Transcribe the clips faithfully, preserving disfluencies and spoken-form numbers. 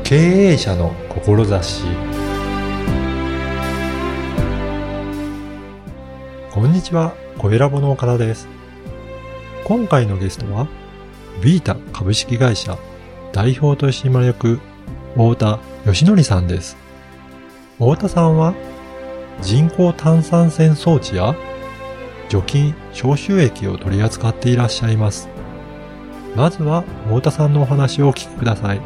経営者の志。こんにちは、声ラボの岡田です。今回のゲストはビータ株式会社代表取締役太田義則さんです。太田さんは人工炭酸泉装置や除菌消臭液を取り扱っていらっしゃいます。まずは太田さんのお話をお聞きください。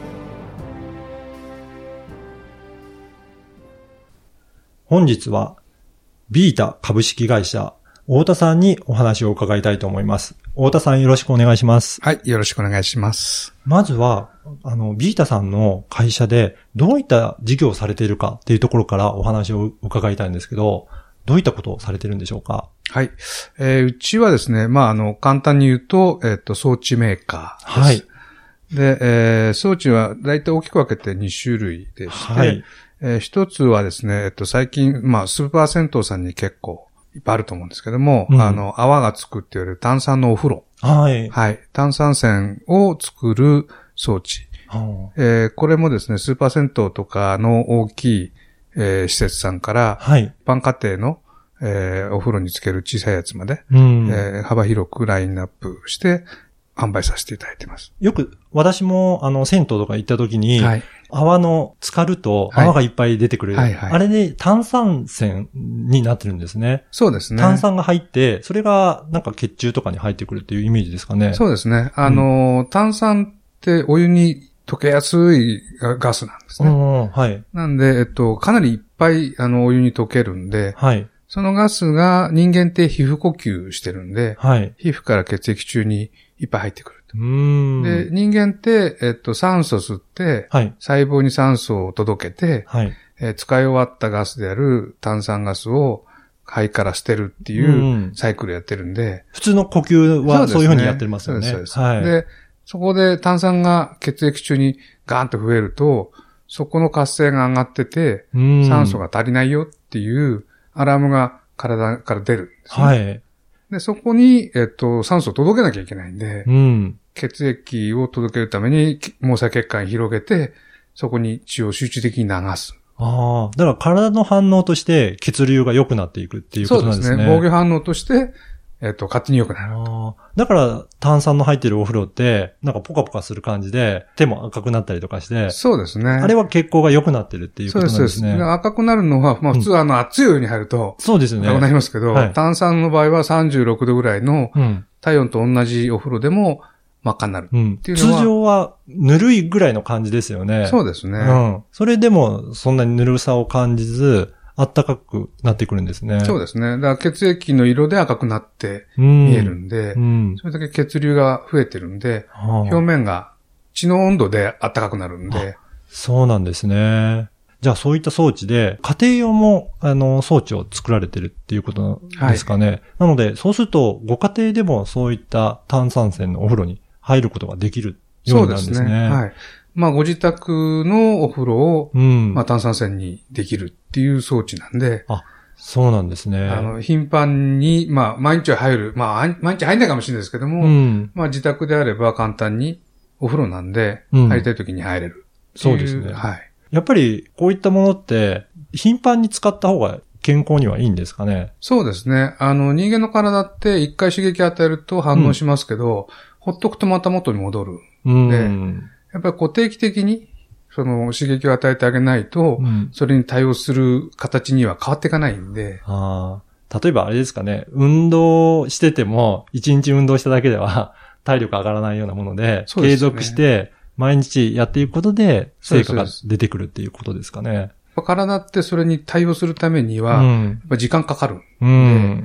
本日はビータ株式会社太田さんにお話を伺いたいと思います。太田さん、よろしくお願いします。 はい、よろしくお願いします。 まずは、あの、ビータさんの会社でどういった事業をされているかっていうところからお話を伺いたいんですけど、どういったことをされているんでしょうか？ はい。えー、うちはですね、まあ、あの、簡単に言うと、えっと、装置メーカーです。 はい。 で、えー、装置は大体大きく分けてに種類でして、はい。えー、一つはですね、えっと、最近、まあ、スーパー銭湯さんに結構いっぱいあると思うんですけども、うん、あの、泡がつくって言われる炭酸のお風呂。 はい。 はい。炭酸泉を作る装置。はあ、えー、これもですね、スーパー銭湯とかの大きい、えー、施設さんから、はい。一般家庭の、えー、お風呂につける小さいやつまで、うんえー、幅広くラインナップして販売させていただいています。 よく、私も、あの、銭湯とか行った時に、はい。泡の浸かると泡がいっぱい出てくる。はいはいはい、あれで炭酸泉になってるんですね。 そうですね。 炭酸が入って、それがなんか血中とかに入ってくるっていうイメージですかね。 そうですね。あの、うん、炭酸ってお湯に溶けやすいガスなんですね。はい。なんで、えっと、かなりいっぱいあのお湯に溶けるんで、はい。そのガスが人間って皮膚呼吸してるんで、はい。皮膚から血液中にいっぱい入ってくる。うーんで、人間って、えっと、酸素吸って、はい、細胞に酸素を届けて、はいえー、使い終わったガスである炭酸ガスを肺から捨てるっていうサイクルやってるんで。 普通の呼吸はそういうふうにやってますよね。 そうです、そうです。はい、で、そこで炭酸が血液中にガーンと増えると、そこの活性が上がってて、酸素が足りないよっていうアラームが体から出るんですね。はい。で、そこに、えっと、酸素を届けなきゃいけないんで、うん、血液を届けるために毛細血管に広げて、そこに血を集中的に流す。 ああ、だから体の反応として血流が良くなっていくっていうことなんですね。 そうですね。防御反応として、えっと、勝手に良くなる。 あだから炭酸の入ってるお風呂って、なんかポカポカする感じで、手も赤くなったりとかして。 そうですね。 あれは血行が良くなってるっていうことなんですね。そうです。そうです。 赤くなるのは、まあ普通あの熱いお湯に入ると、 うん、そうですね。 赤くなりますけど、はい、炭酸の場合はさんじゅうろくどぐらいの、体温と同じお風呂でも真っ赤になるっていうのは、うん、 通常はぬるいぐらいの感じですよね。 そうですね。 うん。それでもそんなにぬるさを感じず、あったかくなってくるんですね。 そうですね。だから血液の色で赤くなって見えるんで、うん、それだけ血流が増えてるんで、はあ、表面が血の温度で暖かくなるんで。 そうなんですね。じゃあそういった装置で、家庭用もあの装置を作られてるっていうことですかね。はい、なので、そうするとご家庭でもそういった炭酸泉のお風呂に入ることができるようになるんですね。そうですね。はい。 まあ、ご自宅のお風呂を、うん、まあ、炭酸泉にできるっていう装置なんで。 あ、そうなんですね。 あの、頻繁に、まあ、毎日は入る。まあ、毎日入んないかもしれないですけども、うん、まあ、自宅であれば簡単にお風呂なんで、うん、入りたい時に入れるう。 そうですね。はい。やっぱり、こういったものって、頻繁に使った方が健康にはいいんですかね？ そうですね。あの、人間の体って一回刺激与えると反応しますけど、うん、ほっとくとまた元に戻る。うん。でやっぱりこう定期的にその刺激を与えてあげないと、うん、それに対応する形には変わっていかないんで。 ああ、例えばあれですかね、運動してても一日運動しただけでは体力上がらないようなもので、でね、継続して毎日やっていくことで成果が出てくるっていうことですかね。 体ってそれに対応するためには、やっぱ時間かかる、うん。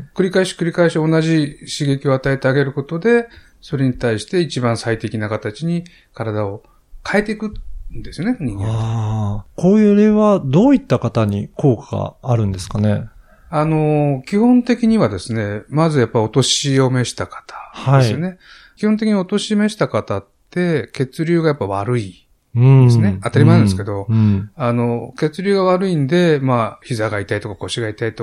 繰り返し繰り返し同じ刺激を与えてあげることで、それに対して一番最適な形に体を変えていくんですよね、人間。 ああ。こういう例はどういった方に効果があるんですかね？ あの、基本的にはですね、まずやっぱお年を召した方ですよね。はい、基本的にお年召した方って血流がやっぱ悪いですね。当たり前なんですけど、うんうん、あの、血流が悪いんで、まあ、膝が痛いとか腰が痛いとか、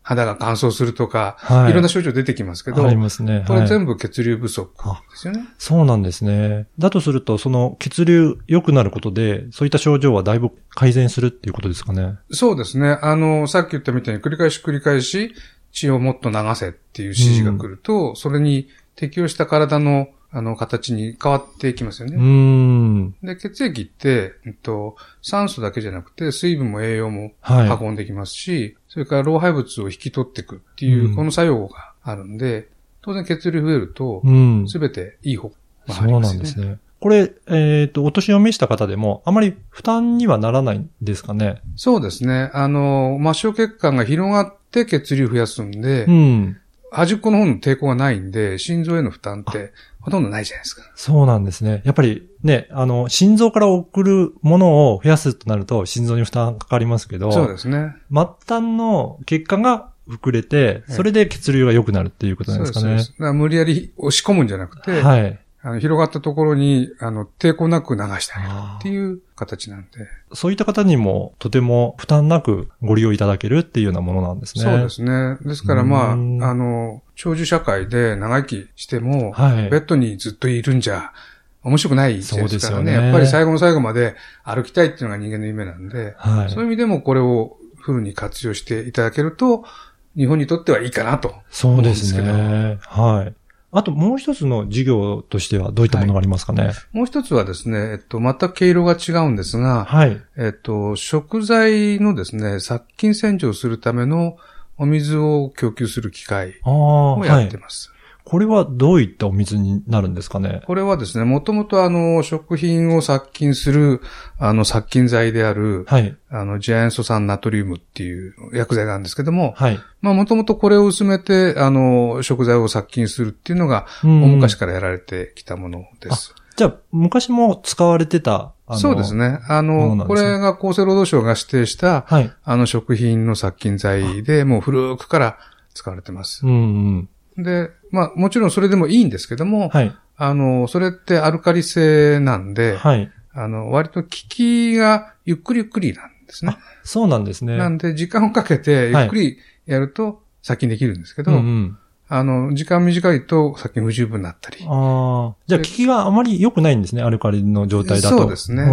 肌が乾燥するとか、はい、いろんな症状出てきますけど、 ありますね。 これ全部血流不足ですよね。 そうなんですね。だとすると、その血流良くなることで、そういった症状はだいぶ改善するっていうことですかね。 そうですね。あの、さっき言ったみたいに繰り返し繰り返し血をもっと流せっていう指示が来ると、うん、それに適応した体のあの、形に変わっていきますよね。 うーん。 で、血液って、えっと、酸素だけじゃなくて、水分も栄養も運んできますし、はい、それから老廃物を引き取っていくっていう、この作用があるんで、当然血流増えると、すべていい方がありますね。そうなんですね。 これ、えっと、お年を召した方でも、あまり負担にはならないんですかね。 そうですね。あの、末梢血管が広がって血流増やすんで、 うん。 端っこの方の抵抗がないんで、心臓への負担ってほとんどないじゃないですか。 そうなんですね。やっぱりね、あの、心臓から送るものを増やすとなると、心臓に負担かかりますけど、 そうですね。 末端の血管が膨れて、それで血流が良くなるっていうことなんですかね。そうです。 だから無理やり押し込むんじゃなくて、はい。あの広がったところに、あの、抵抗なく流してあげるっていう形なんで。 そういった方にもとても負担なくご利用いただけるっていうようなものなんですね。 そうですね。ですからまあ、あの、長寿社会で長生きしても、はい、ベッドにずっといるんじゃ面白くないですからね。そうですよね。やっぱり最後の最後まで歩きたいっていうのが人間の夢なんで、はい、そういう意味でもこれをフルに活用していただけると、日本にとってはいいかなと思うんですけど。そうですね。はい。 あともう一つの事業としてはどういったものがありますかね。はい、 もう一つはですね、えっと、全く毛色が違うんですが、はい。えっと、食材のですね、殺菌洗浄するためのお水を供給する機械をやってます。 これはどういったお水になるんですかね。 これはですね、もともとあの、食品を殺菌する、あの、殺菌剤である、はい。あの、次亜塩素酸ナトリウムっていう薬剤があるんですけども、はい。まあ、もともとこれを薄めて、あの、食材を殺菌するっていうのが、大昔からやられてきたものです。 じゃあ、昔も使われてた、 そうですね。あの、ね、これが厚生労働省が指定した、はい。あの、食品の殺菌剤で、もう古くから使われてます。うんうん。で、まあもちろんそれでもいいんですけども、はい。あの、それってアルカリ性なんで、はい。あの、割と効きがゆっくりゆっくりなんですね。 そうなんですね。 なんで時間をかけてゆっくりやると殺菌できるんですけど、はい、うんうん、あの、時間短いと殺菌不十分になったり。 ああ。じゃあ効きがあまり良くないんですね、アルカリの状態だと。 そうですね。うん。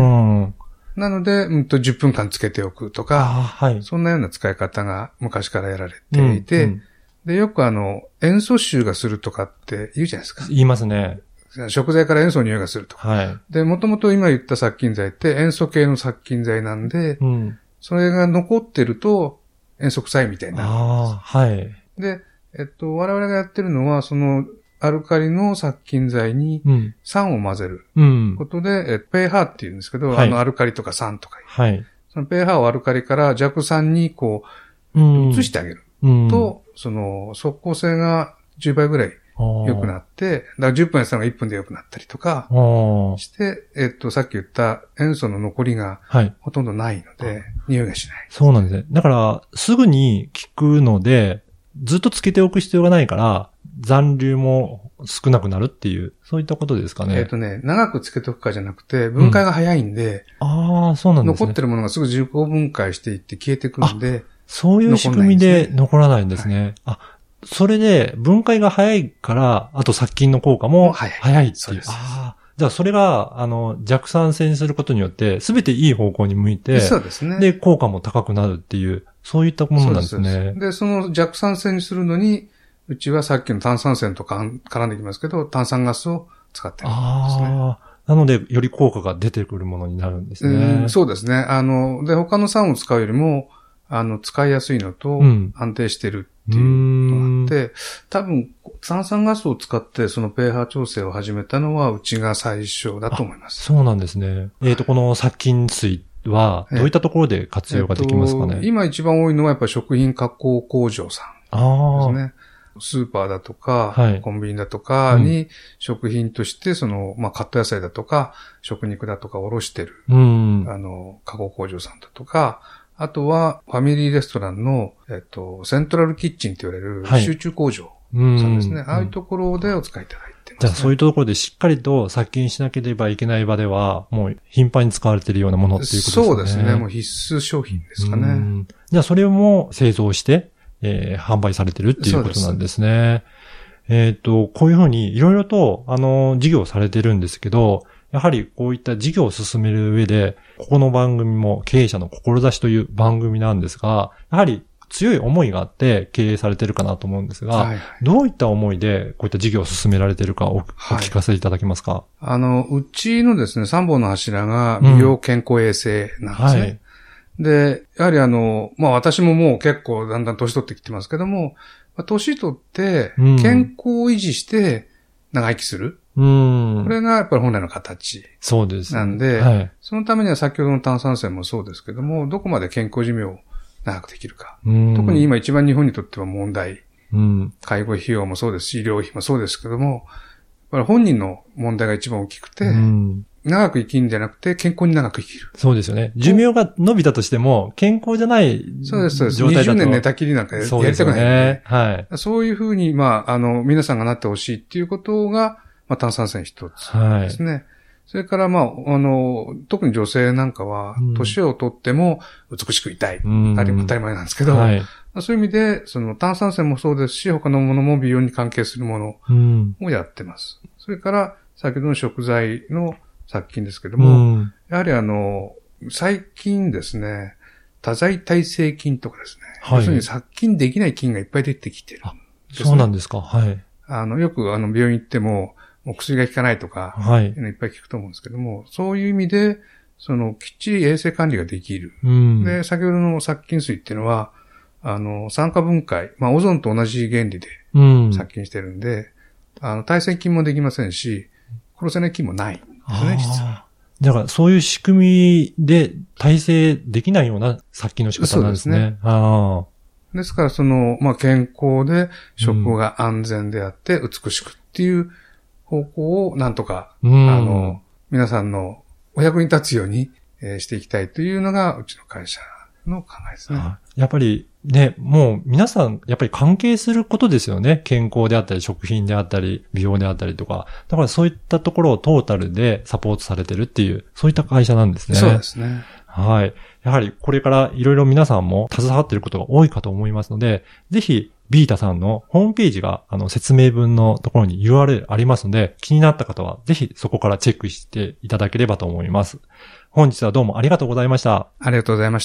なので、うんとじゅっぷんかんつけておくとか、はい。そんなような使い方が昔からやられていて、うんうんで、よくあの、塩素臭がするとかって言うじゃないですか。 言いますね。 食材から塩素の匂いがするとか。はい。で、もともと今言った殺菌剤って塩素系の殺菌剤なんで、うん。それが残ってると塩素臭いみたいになるんです。ああ、はい。で、えっと、我々がやってるのは、その、アルカリの殺菌剤に酸を混ぜることで、うん、え pH って言うんですけど、はい、あの、アルカリとか酸とか。はい。その pH をアルカリから弱酸にこう、移してあげる。うん、と、その、速効性がじゅうばいぐらい良くなって、だからじゅっぷんやってたのがいっぷんで良くなったりとか、して、えっと、さっき言った塩素の残りがほとんどないので、はい、匂いがしない。 そうなんですね。だから、すぐに効くので、ずっとつけておく必要がないから、残留も少なくなるっていう、そういったことですかね。 えっとね、長くつけておくかじゃなくて、分解が早いんで、 うん、ああ、そうなんですね。 残ってるものがすぐ自己分解していって消えてくるんで、 そういう仕組みで残らないんですね。はい、あ、それで分解が早いから、あと殺菌の効果も早いっていう。そうです。ああ、じゃあそれが、あの、弱酸性にすることによって、すべていい方向に向いて、 そうですね。 で、効果も高くなるっていう、そういったものなんですね。そうです。 で、その弱酸性にするのに、うちはさっきの炭酸泉とか絡んできますけど、炭酸ガスを使ってるんですね。ああ。 なので、より効果が出てくるものになるんですね。 うん、そうですね。あの、で、他の酸を使うよりも、あの、使いやすいのと、安定してるっていうのがあって、うん、多分、炭酸ガスを使って、その pH 調整を始めたのは、うちが最初だと思います。 そうなんですね。えっと、この殺菌水は、どういったところで活用ができますかね。えっと、 今一番多いのは、やっぱり食品加工工場さんですね。スーパーだとか、はい、コンビニだとかに、食品として、その、まあ、カット野菜だとか、食肉だとかを卸してる、うん、あの、加工工場さんだとか、あとは、ファミリーレストランの、えっと、セントラルキッチンって言われる集中工場さんですね。はい、ああいうところでお使いいただいてます、ね。 じゃあそういうところでしっかりと殺菌しなければいけない場では、もう頻繁に使われているようなものっていうことですね。 そうですね。もう必須商品ですかね。 じゃあそれも製造して、 えー、販売されてるっていうことなんですね。えっと、こういうふうにいろいろと、あの、事業されてるんですけど、やはりこういった事業を進める上で、ここの番組も経営者の志という番組なんですが、やはり強い思いがあって経営されてるかなと思うんですが、はいはい、どういった思いでこういった事業を進められてるかをお聞かせいただけますか？はい、 あの、うちのですね、さんぼんの柱が美容健康衛生なんですね。うんはい、で、やはりあの、まあ私ももう結構だんだん年取ってきてますけども、年取って健康を維持して長生きする。うん、これがやっぱり本来の形。 そうです。 なんで、はい、そのためには先ほどの炭酸泉もそうですけども、どこまで健康寿命を長くできるか。うん、特に今一番日本にとっては問題。うん、介護費用もそうですし、医療費もそうですけども、やっぱり本人の問題が一番大きくて、うん、長く生きるんじゃなくて健康に長く生きる。 そうですよね。寿命が伸びたとしても、健康じゃない状態だと。 そうです、そうです。にじゅうねん寝たきりなんかやりたくないんで。そうですね。はい。そういうふうに、まあ、あの、皆さんがなってほしいっていうことが、まあ、炭酸泉一つですね。はい、それから、まあ、あの、特に女性なんかは、年をとっても美しくいたい。うん、当たり前なんですけど、はい、そういう意味で、その炭酸泉もそうですし、他のものも美容に関係するものをやってます。うん、それから、先ほどの食材の殺菌ですけども、うん、やはりあの、最近ですね、多剤耐性菌とかですね、はい、要するに殺菌できない菌がいっぱい出てきてる、ね。 そうなんですか。はい。 あの、よくあの、病院行っても、もう薬が効かないとか、はい。いっぱい聞くと思うんですけども、そういう意味で、その、きっちり衛生管理ができる。うん、で、先ほどの殺菌水っていうのは、あの、酸化分解、まあ、オゾンと同じ原理で殺菌してるんで、うん、あの、耐性菌もできませんし、殺せない菌もないんですね、実は。 だから、そういう仕組みで耐性できないような殺菌の仕方なんですね。そうですね。あですから、その、まあ、健康で食が安全であって美しくっていう方向をなんとか、うん、あの、皆さんのお役に立つように、えー、していきたいというのがうちの会社の考えですね。 やっぱりね、もう皆さんやっぱり関係することですよね。健康であったり食品であったり美容であったりとか。だからそういったところをトータルでサポートされてるっていう、そういった会社なんですね。 そうですね。 はい。やはりこれからいろいろ皆さんも携わっていることが多いかと思いますので、ぜひビータさんのホームページがあの説明文のところに ユーアールエル ありますので、気になった方はぜひそこからチェックしていただければと思います。本日はどうもありがとうございました。 ありがとうございました。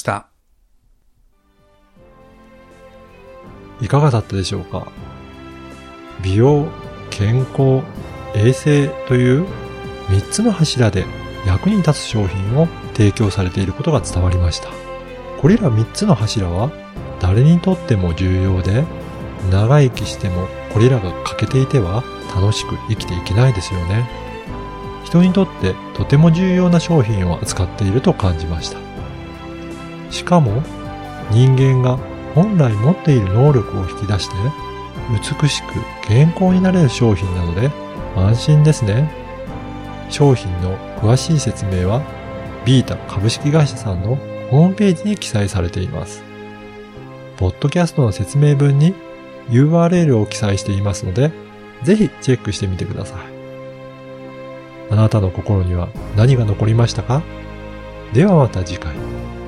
いかがだったでしょうか。美容、健康、衛生というみっつの柱で役に立つ商品を提供されていることが伝わりました。これらみっつの柱は誰にとっても重要で、長生きしてもこれらが欠けていては楽しく生きていけないですよね。人にとってとても重要な商品を扱っていると感じました。しかも人間が本来持っている能力を引き出して美しく健康になれる商品なので安心ですね。商品の詳しい説明はビータ株式会社さんのホームページに記載されています。ポッドキャストの説明文に ユーアールエル を記載していますので、ぜひチェックしてみてください。あなたの心には何が残りましたか？ではまた次回。